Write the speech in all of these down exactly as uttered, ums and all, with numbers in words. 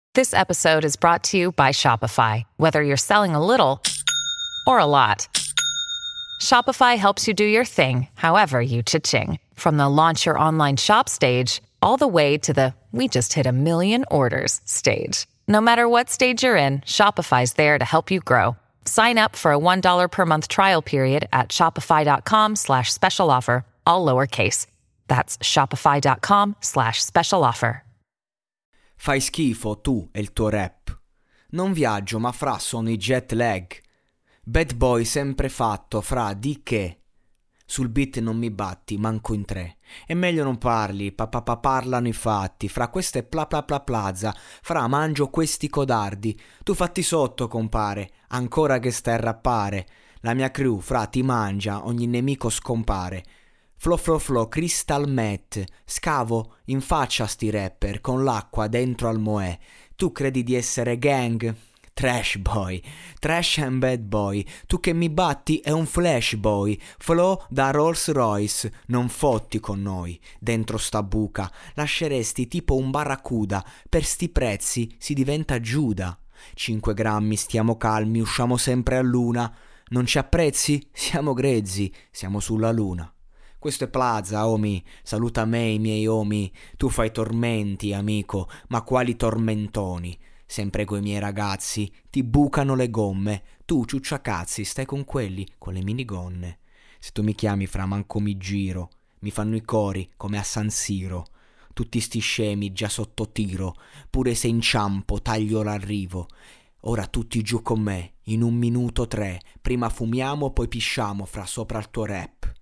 This episode is brought to you by Shopify. Whether you're selling a little or a lot, Shopify helps you do your thing, however you cha-ching. From the launch your online shop stage, all the way to the we just hit a million orders stage. No matter what stage you're in, Shopify's there to help you grow. Sign up for a one dollar per month trial period at shopify.com slash special offer, all lowercase. That's shopify.com slash special offer. Fai schifo tu e il tuo rap. Non viaggio, ma fra sono i jet lag. Bad boy sempre fatto, fra di che? Sul beat non mi batti, manco in tre. È meglio non parli, papà pa, parlano i fatti. Fra questo è pla pla pla plaza, fra mangio questi codardi. Tu fatti sotto, compare, ancora che stai a rappare. La mia crew, fra, ti mangia, ogni nemico scompare. Flow flow flow, crystal meth. Scavo in faccia a sti rapper, con l'acqua dentro al moè. Tu credi di essere gang? Trash boy, trash and bad boy. Tu che mi batti è un flash boy. Flow da Rolls Royce, non fotti con noi. Dentro sta buca lasceresti tipo un barracuda. Per sti prezzi si diventa Giuda. Cinque grammi, stiamo calmi, usciamo sempre a luna. Non ci apprezzi? Siamo grezzi, siamo sulla luna. Questo è Plaza, omi, saluta me i miei omi. Tu fai tormenti, amico, ma quali tormentoni? Sempre coi miei ragazzi, ti bucano le gomme. Tu, ciucciacazzi, stai con quelli, con le minigonne. Se tu mi chiami fra manco mi giro. Mi fanno i cori, come a San Siro. Tutti sti scemi già sotto tiro. Pure se inciampo, taglio l'arrivo. Ora tutti giù con me, in un minuto tre. Prima fumiamo, poi pisciamo fra sopra il tuo rap.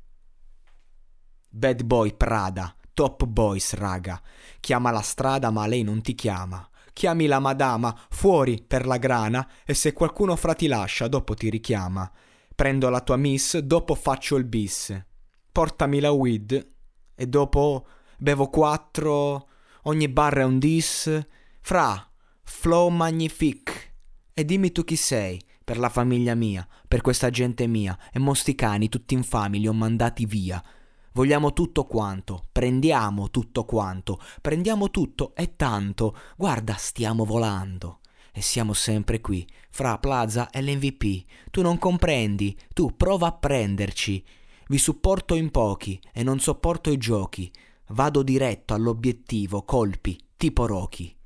Bad boy Prada, top boys raga. Chiama la strada ma lei non ti chiama. Chiami la madama fuori per la grana e se qualcuno fra ti lascia dopo ti richiama. Prendo la tua miss, dopo faccio il bis. Portami la weed e dopo bevo quattro. Ogni barra è un diss. Fra, flow magnifique. E dimmi tu chi sei, per la famiglia mia, per questa gente mia. E mo sti cani tutti infami li ho mandati via. Vogliamo tutto quanto, prendiamo tutto quanto, prendiamo tutto e tanto, guarda stiamo volando. E siamo sempre qui, fra Plaza e l'M V P, tu non comprendi, tu prova a prenderci. Vi supporto in pochi e non sopporto i giochi, vado diretto all'obiettivo, colpi, tipo Rocky.